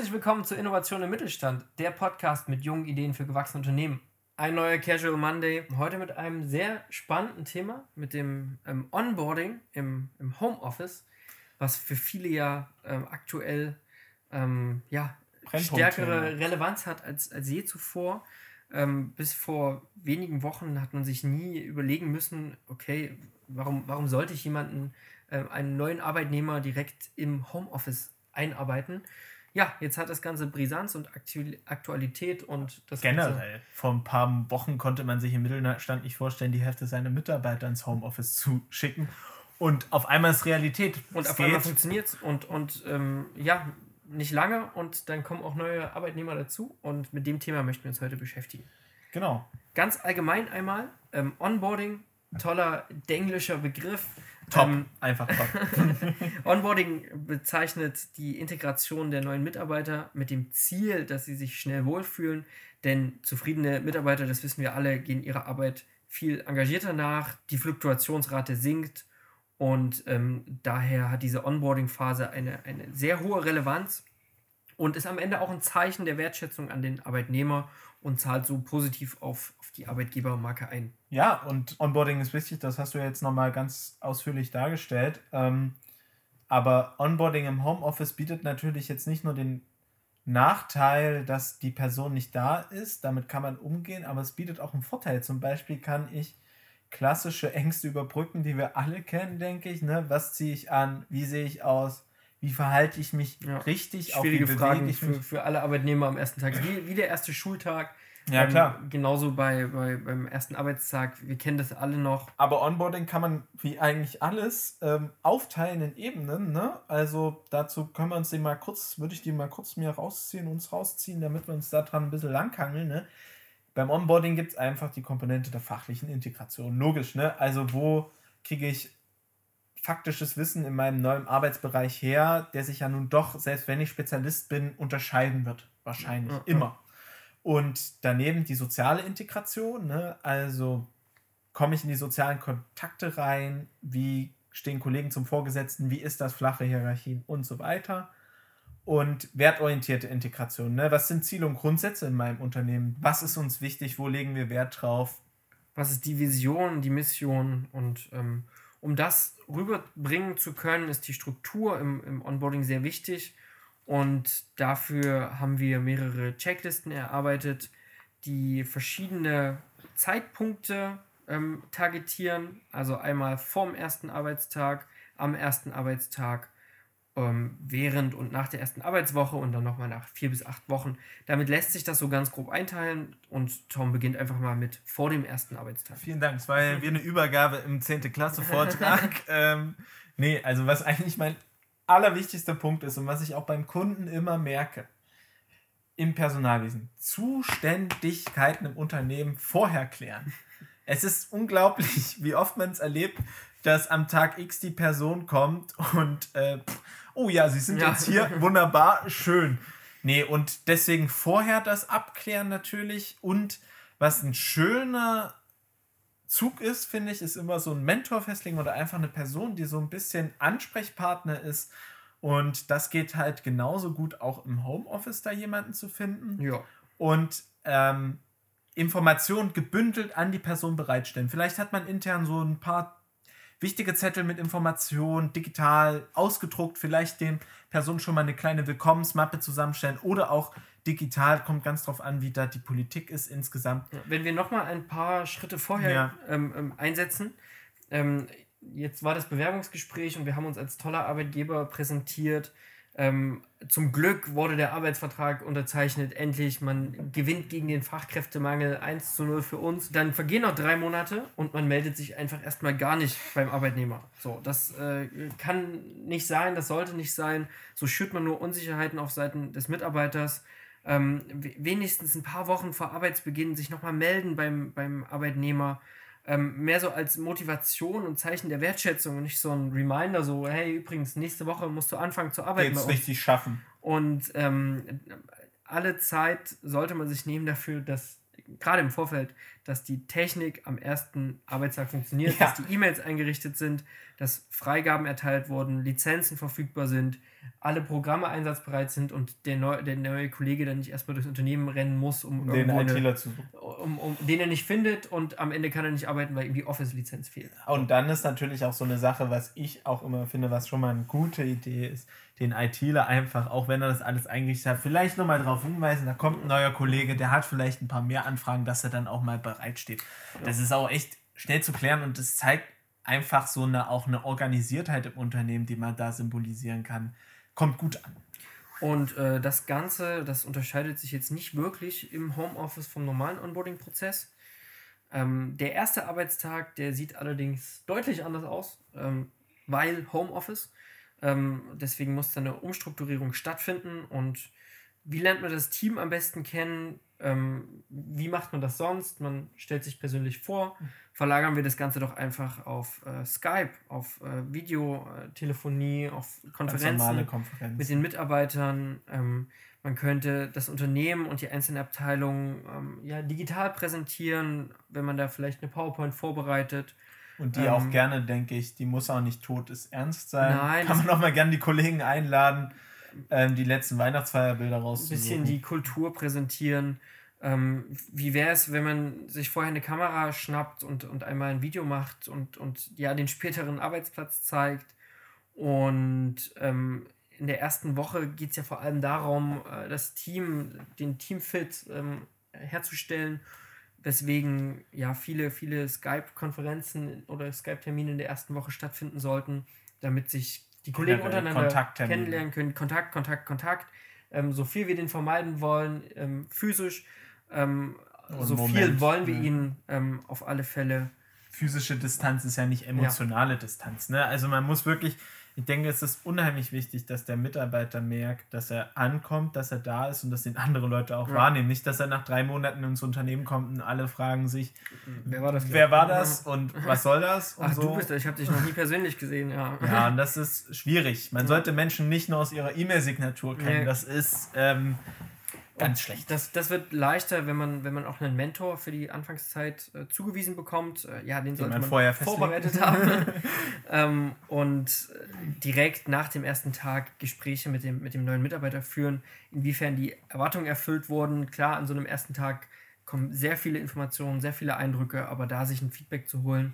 Herzlich willkommen zu Innovation im Mittelstand, der Podcast mit jungen Ideen für gewachsene Unternehmen. Ein neuer Casual Monday, heute mit einem sehr spannenden Thema, mit dem Onboarding im Homeoffice, was für viele ja aktuell stärkere Relevanz hat als je zuvor. Bis vor wenigen Wochen hat man sich nie überlegen müssen, okay, warum sollte ich einen neuen Arbeitnehmer direkt im Homeoffice einarbeiten? Ja, jetzt hat das Ganze Brisanz und Aktualität und das generell. Vor ein paar Wochen konnte man sich im Mittelstand nicht vorstellen, die Hälfte seiner Mitarbeiter ins Homeoffice zu schicken. Und auf einmal ist Realität. Und auf einmal funktioniert es. Und nicht lange. Und dann kommen auch neue Arbeitnehmer dazu. Und mit dem Thema möchten wir uns heute beschäftigen. Genau. Ganz allgemein einmal, Onboarding, toller englischer Begriff. Top, einfach top. Onboarding bezeichnet die Integration der neuen Mitarbeiter mit dem Ziel, dass sie sich schnell wohlfühlen, denn zufriedene Mitarbeiter, das wissen wir alle, gehen ihrer Arbeit viel engagierter nach, die Fluktuationsrate sinkt und daher hat diese Onboarding-Phase eine sehr hohe Relevanz und ist am Ende auch ein Zeichen der Wertschätzung an den Arbeitnehmer und zahlt so positiv auf die Arbeitgebermarke ein. Ja, und Onboarding ist wichtig, das hast du jetzt nochmal ganz ausführlich dargestellt. Aber Onboarding im Homeoffice bietet natürlich jetzt nicht nur den Nachteil, dass die Person nicht da ist, damit kann man umgehen, aber es bietet auch einen Vorteil. Zum Beispiel kann ich klassische Ängste überbrücken, die wir alle kennen, denke ich. Ne? Was ziehe ich an? Wie sehe ich aus? Wie verhalte ich mich richtig? Schwierige Fragen für alle Arbeitnehmer am ersten Tag. Wie der erste Schultag. Ja, klar. Genauso beim ersten Arbeitstag. Wir kennen das alle noch. Aber Onboarding kann man wie eigentlich alles aufteilen in Ebenen. Ne? Also dazu können wir uns würde ich die mal kurz rausziehen, damit wir uns daran ein bisschen langhangeln. Ne? Beim Onboarding gibt es einfach die Komponente der fachlichen Integration. Logisch, ne? Also wo kriege ich faktisches Wissen in meinem neuen Arbeitsbereich her, der sich ja nun doch, selbst wenn ich Spezialist bin, unterscheiden wird. Wahrscheinlich. Immer. Und daneben die soziale Integration, ne? Also komme ich in die sozialen Kontakte rein, wie stehen Kollegen zum Vorgesetzten, wie ist das, flache Hierarchien und so weiter. Und wertorientierte Integration, ne? Was sind Ziele und Grundsätze in meinem Unternehmen? Was ist uns wichtig? Wo legen wir Wert drauf? Was ist die Vision, die Mission? Und um das rüberbringen zu können, ist die Struktur im Onboarding sehr wichtig. Und dafür haben wir mehrere Checklisten erarbeitet, die verschiedene Zeitpunkte targetieren. Also einmal vorm ersten Arbeitstag, am ersten Arbeitstag, während und nach der ersten Arbeitswoche und dann nochmal nach 4 bis 8 Wochen. Damit lässt sich das so ganz grob einteilen und Tom beginnt einfach mal mit vor dem ersten Arbeitstag. Vielen Dank, es war ja wie eine Übergabe im 10. Klasse Vortrag. Also was eigentlich mein allerwichtigster Punkt ist und was ich auch beim Kunden immer merke, im Personalwesen, Zuständigkeiten im Unternehmen vorher klären. Es ist unglaublich, wie oft man es erlebt, dass am Tag X die Person kommt und oh ja, Sie sind jetzt hier, wunderbar, schön. Nee, und deswegen vorher das abklären natürlich und was ein schöner Zug ist, finde ich, ist immer so ein Mentor festlegen oder einfach eine Person, die so ein bisschen Ansprechpartner ist und das geht halt genauso gut auch im Homeoffice, da jemanden zu finden. Ja. Und Informationen gebündelt an die Person bereitstellen. Vielleicht hat man intern so ein paar wichtige Zettel mit Informationen, digital ausgedruckt, vielleicht den Personen schon mal eine kleine Willkommensmappe zusammenstellen oder auch digital, kommt ganz drauf an, wie da die Politik ist insgesamt. Wenn wir nochmal ein paar Schritte vorher einsetzen, jetzt war das Bewerbungsgespräch und wir haben uns als toller Arbeitgeber präsentiert. Zum Glück wurde der Arbeitsvertrag unterzeichnet, endlich, man gewinnt gegen den Fachkräftemangel 1:0 für uns. Dann vergehen noch 3 Monate und man meldet sich einfach erstmal gar nicht beim Arbeitnehmer. So, das kann nicht sein, das sollte nicht sein. So schürt man nur Unsicherheiten auf Seiten des Mitarbeiters. Wenigstens ein paar Wochen vor Arbeitsbeginn sich nochmal melden beim Arbeitnehmer. Mehr so als Motivation und Zeichen der Wertschätzung und nicht so ein Reminder, so, hey, übrigens, nächste Woche musst du anfangen zu arbeiten. Jetzt richtig schaffen. Und alle Zeit sollte man sich nehmen dafür, dass, gerade im Vorfeld, dass die Technik am ersten Arbeitstag funktioniert, dass die E-Mails eingerichtet sind, dass Freigaben erteilt wurden, Lizenzen verfügbar sind, alle Programme einsatzbereit sind und der neue Kollege dann nicht erstmal durchs Unternehmen rennen muss, um den ITler zu suchen. Um den er nicht findet, und am Ende kann er nicht arbeiten, weil ihm die Office-Lizenz fehlt. Und dann ist natürlich auch so eine Sache, was ich auch immer finde, was schon mal eine gute Idee ist, den ITler einfach, auch wenn er das alles eingerichtet hat, vielleicht nochmal darauf hinweisen, da kommt ein neuer Kollege, der hat vielleicht ein paar mehr Anfragen, dass er dann auch mal bereitsteht. Ja. Das ist auch echt schnell zu klären, und das zeigt einfach so auch eine Organisiertheit im Unternehmen, die man da symbolisieren kann. Kommt gut an. Und das Ganze, das unterscheidet sich jetzt nicht wirklich im Homeoffice vom normalen Onboarding-Prozess. Der erste Arbeitstag, der sieht allerdings deutlich anders aus, weil Homeoffice. Deswegen muss da eine Umstrukturierung stattfinden. Und wie lernt man das Team am besten kennen? Wie macht man das sonst? Man stellt sich persönlich vor. Verlagern wir das Ganze doch einfach auf Skype, auf Videotelefonie, auf Konferenzen mit den Mitarbeitern. Man könnte das Unternehmen und die einzelnen Abteilungen digital präsentieren, wenn man da vielleicht eine PowerPoint vorbereitet. Und die auch gerne, denke ich, die muss auch nicht tot ist ernst sein. Nein, kann man auch mal gerne die Kollegen einladen, die letzten Weihnachtsfeierbilder rauszusuchen. Ein bisschen die Kultur präsentieren. Wie wäre es, wenn man sich vorher eine Kamera schnappt und einmal ein Video macht und den späteren Arbeitsplatz zeigt. Und in der ersten Woche geht es ja vor allem darum, den Teamfit herzustellen, weswegen viele Skype-Konferenzen oder Skype-Termine in der ersten Woche stattfinden sollten, damit sich die Kollegen untereinander kennenlernen können. Kontakt. So viel wir den vermeiden wollen, physisch, so viel wollen wir ihn auf alle Fälle. Physische Distanz ist ja nicht emotionale Distanz. Ne? Also man muss wirklich, ich denke, es ist unheimlich wichtig, dass der Mitarbeiter merkt, dass er ankommt, dass er da ist und dass ihn andere Leute auch wahrnehmen. Nicht, dass er nach 3 Monaten ins Unternehmen kommt und alle fragen sich, wer war das und was soll das? Und ach, so. Du bist das, ich habe dich noch nie persönlich gesehen. Ja, und das ist schwierig. Man sollte Menschen nicht nur aus ihrer E-Mail-Signatur kennen. Das ist ganz schlecht. Das wird leichter, wenn man auch einen Mentor für die Anfangszeit zugewiesen bekommt. Den sollte man vorher vorbereitet haben. Und direkt nach dem ersten Tag Gespräche mit dem neuen Mitarbeiter führen, inwiefern die Erwartungen erfüllt wurden. Klar, an so einem ersten Tag kommen sehr viele Informationen, sehr viele Eindrücke, aber da sich ein Feedback zu holen,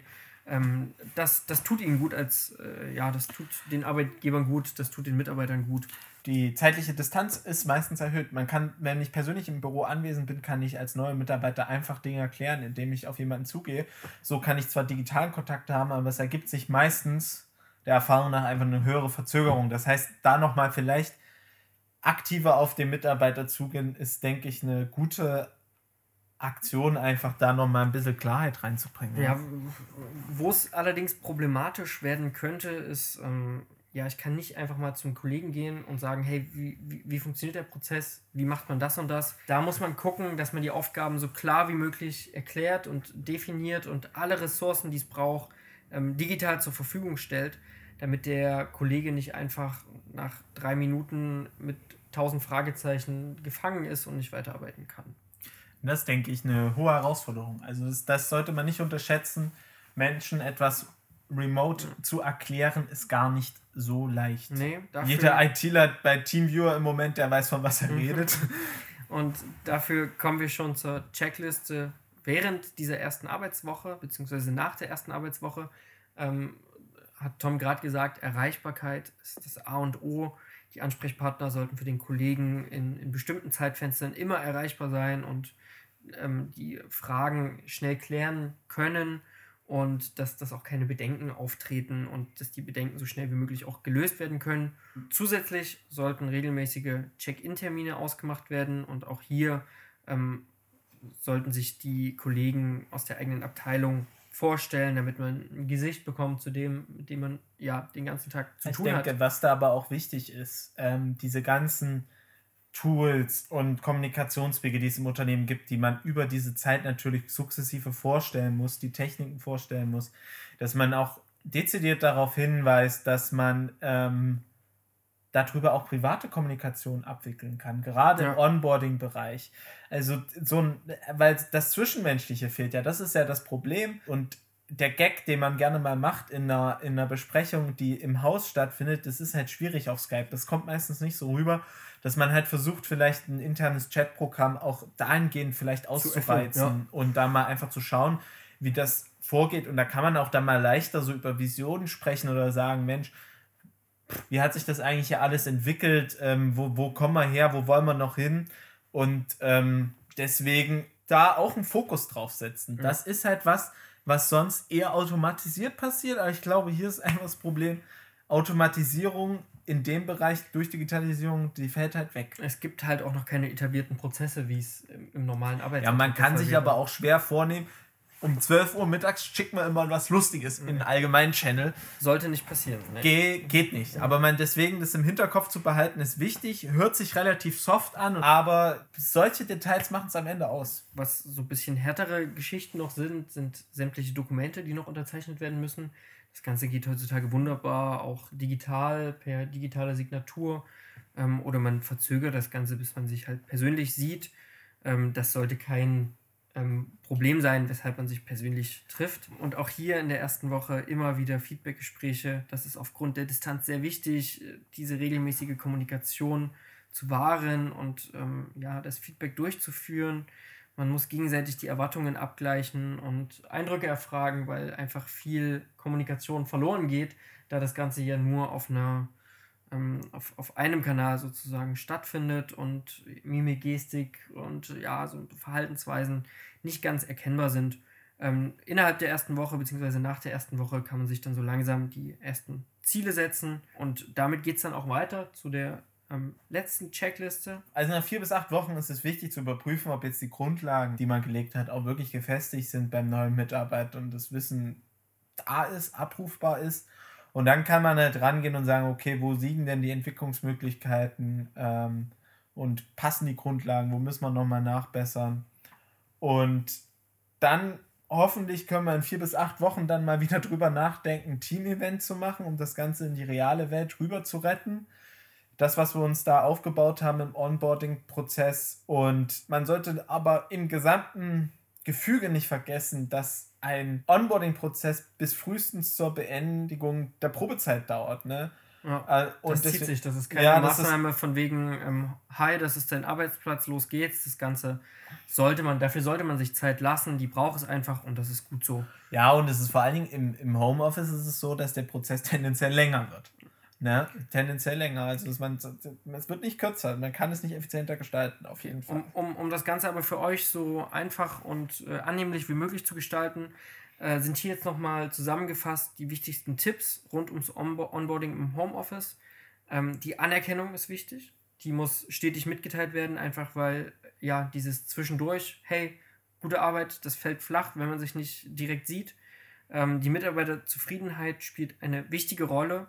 das tut ihnen gut, das tut den Arbeitgebern gut, das tut den Mitarbeitern gut. Die zeitliche Distanz ist meistens erhöht. Man kann, wenn ich persönlich im Büro anwesend bin, kann ich als neuer Mitarbeiter einfach Dinge erklären, indem ich auf jemanden zugehe. So kann ich zwar digitalen Kontakt haben, aber es ergibt sich meistens der Erfahrung nach einfach eine höhere Verzögerung. Das heißt, da nochmal vielleicht aktiver auf den Mitarbeiter zugehen, ist, denke ich, eine gute Aktion, einfach da nochmal ein bisschen Klarheit reinzubringen. Ja, wo es allerdings problematisch werden könnte, ist... ich kann nicht einfach mal zum Kollegen gehen und sagen, hey, wie funktioniert der Prozess, wie macht man das und das. Da muss man gucken, dass man die Aufgaben so klar wie möglich erklärt und definiert und alle Ressourcen, die es braucht, digital zur Verfügung stellt, damit der Kollege nicht einfach nach 3 Minuten mit 1000 Fragezeichen gefangen ist und nicht weiterarbeiten kann. Das ist, denke ich, eine hohe Herausforderung. Also das sollte man nicht unterschätzen. Menschen etwas remote zu erklären, ist gar nicht so leicht. Nee, jeder ITler bei TeamViewer im Moment, der weiß, von was er redet. Und dafür kommen wir schon zur Checkliste. Während dieser ersten Arbeitswoche, beziehungsweise nach der ersten Arbeitswoche, hat Tom gerade gesagt, Erreichbarkeit ist das A und O. Die Ansprechpartner sollten für den Kollegen in bestimmten Zeitfenstern immer erreichbar sein und die Fragen schnell klären können. Und dass auch keine Bedenken auftreten und dass die Bedenken so schnell wie möglich auch gelöst werden können. Zusätzlich sollten regelmäßige Check-in-Termine ausgemacht werden und auch hier sollten sich die Kollegen aus der eigenen Abteilung vorstellen, damit man ein Gesicht bekommt zu dem, mit dem man den ganzen Tag zu tun hat. Ich denke, was da aber auch wichtig ist, diese ganzen Tools und Kommunikationswege, die es im Unternehmen gibt, die man über diese Zeit natürlich sukzessive vorstellen muss, die Techniken vorstellen muss, dass man auch dezidiert darauf hinweist, dass man darüber auch private Kommunikation abwickeln kann, gerade im Onboarding-Bereich. Also weil das Zwischenmenschliche fehlt ja, das ist ja das Problem, und der Gag, den man gerne mal macht in einer Besprechung, die im Haus stattfindet, das ist halt schwierig auf Skype. Das kommt meistens nicht so rüber, dass man halt versucht, vielleicht ein internes Chatprogramm auch dahingehend vielleicht auszureizen und da mal einfach zu schauen, wie das vorgeht. Und da kann man auch dann mal leichter so über Visionen sprechen oder sagen, Mensch, wie hat sich das eigentlich hier alles entwickelt? Wo kommen wir her? Wo wollen wir noch hin? Und deswegen da auch einen Fokus drauf setzen. Das ist halt was sonst eher automatisiert passiert. Aber ich glaube, hier ist einfach das Problem, Automatisierung in dem Bereich durch Digitalisierung, die fällt halt weg. Es gibt halt auch noch keine etablierten Prozesse, wie es im normalen Arbeitsalltag Ja, man kann sich aber auch schwer vornehmen, um 12 Uhr mittags schickt man immer was Lustiges in den allgemeinen Channel. Sollte nicht passieren. Ne? Geht nicht. Aber deswegen das im Hinterkopf zu behalten, ist wichtig. Hört sich relativ soft an, aber solche Details machen es am Ende aus. Was so ein bisschen härtere Geschichten noch sind sämtliche Dokumente, die noch unterzeichnet werden müssen. Das Ganze geht heutzutage wunderbar, auch digital, per digitaler Signatur. Oder man verzögert das Ganze, bis man sich halt persönlich sieht. Das sollte kein Problem sein, weshalb man sich persönlich trifft. Und auch hier in der ersten Woche immer wieder Feedbackgespräche. Das ist aufgrund der Distanz sehr wichtig, diese regelmäßige Kommunikation zu wahren und das Feedback durchzuführen. Man muss gegenseitig die Erwartungen abgleichen und Eindrücke erfragen, weil einfach viel Kommunikation verloren geht, da das Ganze ja nur auf einem Kanal sozusagen stattfindet und Mimik, Gestik und so Verhaltensweisen nicht ganz erkennbar sind. Innerhalb der ersten Woche bzw. nach der ersten Woche kann man sich dann so langsam die ersten Ziele setzen und damit geht es dann auch weiter zu der letzten Checkliste. Also nach 4 bis 8 Wochen ist es wichtig zu überprüfen, ob jetzt die Grundlagen, die man gelegt hat, auch wirklich gefestigt sind beim neuen Mitarbeiter und das Wissen da ist, abrufbar ist. Und dann kann man halt rangehen und sagen, okay, wo liegen denn die Entwicklungsmöglichkeiten und passen die Grundlagen, wo müssen wir nochmal nachbessern. Und dann hoffentlich können wir in 4 bis 8 Wochen dann mal wieder drüber nachdenken, ein Team-Event zu machen, um das Ganze in die reale Welt rüber zu retten. Das, was wir uns da aufgebaut haben im Onboarding-Prozess. Und man sollte aber im gesamten Gefüge nicht vergessen, dass ein Onboarding-Prozess bis frühestens zur Beendigung der Probezeit dauert. Ne? Ja, und das zieht sich. Das ist keine Maßnahme von wegen, hi, das ist dein Arbeitsplatz, los geht's. Das Ganze dafür sollte man sich Zeit lassen, die braucht es einfach und das ist gut so. Ja, und es ist vor allen Dingen im Homeoffice ist es so, dass der Prozess tendenziell länger wird. Ne? Tendenziell länger. Also es wird nicht kürzer, man kann es nicht effizienter gestalten, auf jeden Fall. Um das Ganze aber für euch so einfach und annehmlich wie möglich zu gestalten, sind hier jetzt nochmal zusammengefasst die wichtigsten Tipps rund ums Onboarding im Homeoffice. Die Anerkennung ist wichtig. Die muss stetig mitgeteilt werden, einfach weil dieses Zwischendurch, hey, gute Arbeit, das fällt flach, wenn man sich nicht direkt sieht. Die Mitarbeiterzufriedenheit spielt eine wichtige Rolle.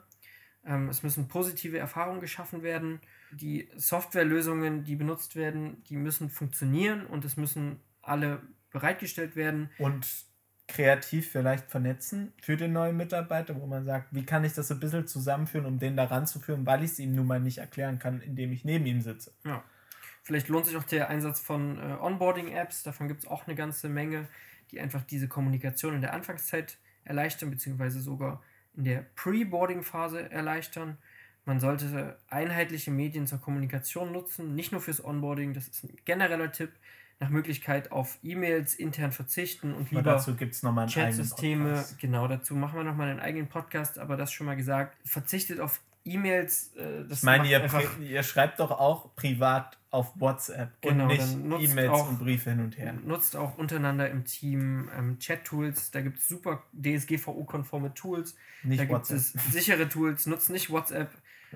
Es müssen positive Erfahrungen geschaffen werden. Die Softwarelösungen, die benutzt werden, die müssen funktionieren und es müssen alle bereitgestellt werden. Und kreativ vielleicht vernetzen für den neuen Mitarbeiter, wo man sagt, wie kann ich das ein bisschen zusammenführen, um den da ranzuführen, weil ich es ihm nun mal nicht erklären kann, indem ich neben ihm sitze. Ja. Vielleicht lohnt sich auch der Einsatz von Onboarding-Apps. Davon gibt es auch eine ganze Menge, die einfach diese Kommunikation in der Anfangszeit erleichtern, beziehungsweise sogar in der Pre-Boarding-Phase erleichtern. Man sollte einheitliche Medien zur Kommunikation nutzen, nicht nur fürs Onboarding, das ist ein genereller Tipp. Nach Möglichkeit auf E-Mails intern verzichten und lieber dazu gibt's noch mal einen Chatsysteme. Genau, dazu machen wir nochmal einen eigenen Podcast, aber das schon mal gesagt. Verzichtet auf E-Mails. Ich meine, ihr schreibt doch auch privat auf WhatsApp und nicht E-Mails und Briefe hin und her. Nutzt auch untereinander im Team Chat-Tools. Da gibt es super DSGVO-konforme Tools. Nicht da gibt es sichere Tools. Nutzt nicht WhatsApp.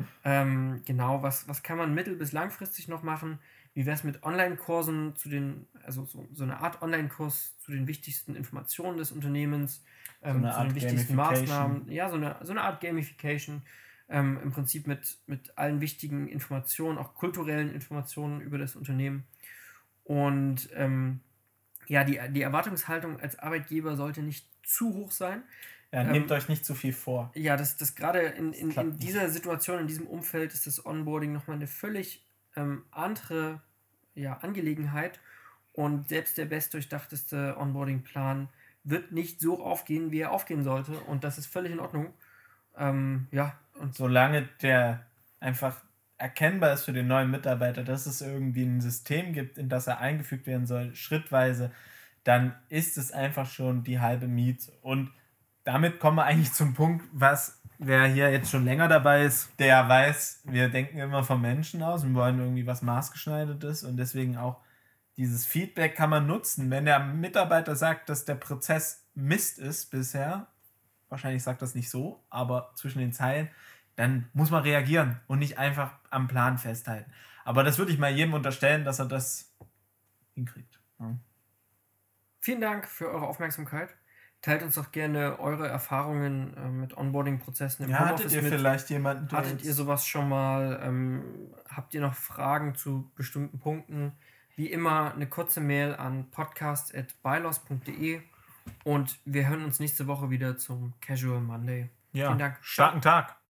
Genau, was kann man mittel- bis langfristig noch machen? Wie wäre es mit Online-Kursen so eine Art Online-Kurs zu den wichtigsten Informationen des Unternehmens, zu den wichtigsten Maßnahmen, so eine Art Gamification, im Prinzip mit allen wichtigen Informationen, auch kulturellen Informationen über das Unternehmen. Und die Erwartungshaltung als Arbeitgeber sollte nicht zu hoch sein. Ja, nehmt euch nicht zu viel vor. Ja, das gerade in dieser Situation, in diesem Umfeld ist das Onboarding nochmal eine völlig andere Angelegenheit und selbst der bestdurchdachteste Onboarding-Plan wird nicht so aufgehen, wie er aufgehen sollte. Und das ist völlig in Ordnung. Und solange der einfach erkennbar ist für den neuen Mitarbeiter, dass es irgendwie ein System gibt, in das er eingefügt werden soll, schrittweise, dann ist es einfach schon die halbe Miete. Und damit kommen wir eigentlich zum Punkt, was wer hier jetzt schon länger dabei ist, der weiß, wir denken immer vom Menschen aus und wollen irgendwie was Maßgeschneidertes und deswegen auch dieses Feedback kann man nutzen. Wenn der Mitarbeiter sagt, dass der Prozess Mist ist bisher, wahrscheinlich sagt das nicht so, aber zwischen den Zeilen, dann muss man reagieren und nicht einfach am Plan festhalten. Aber das würde ich mal jedem unterstellen, dass er das hinkriegt. Ja. Vielen Dank für eure Aufmerksamkeit. Teilt uns doch gerne eure Erfahrungen mit Onboarding-Prozessen im Homeoffice. Hattet ihr vielleicht jemanden, hattet ihr sowas schon mal? Habt ihr noch Fragen zu bestimmten Punkten? Wie immer eine kurze Mail an podcast@bylos.de und wir hören uns nächste Woche wieder zum Casual Monday. Vielen Dank. Starken Tag.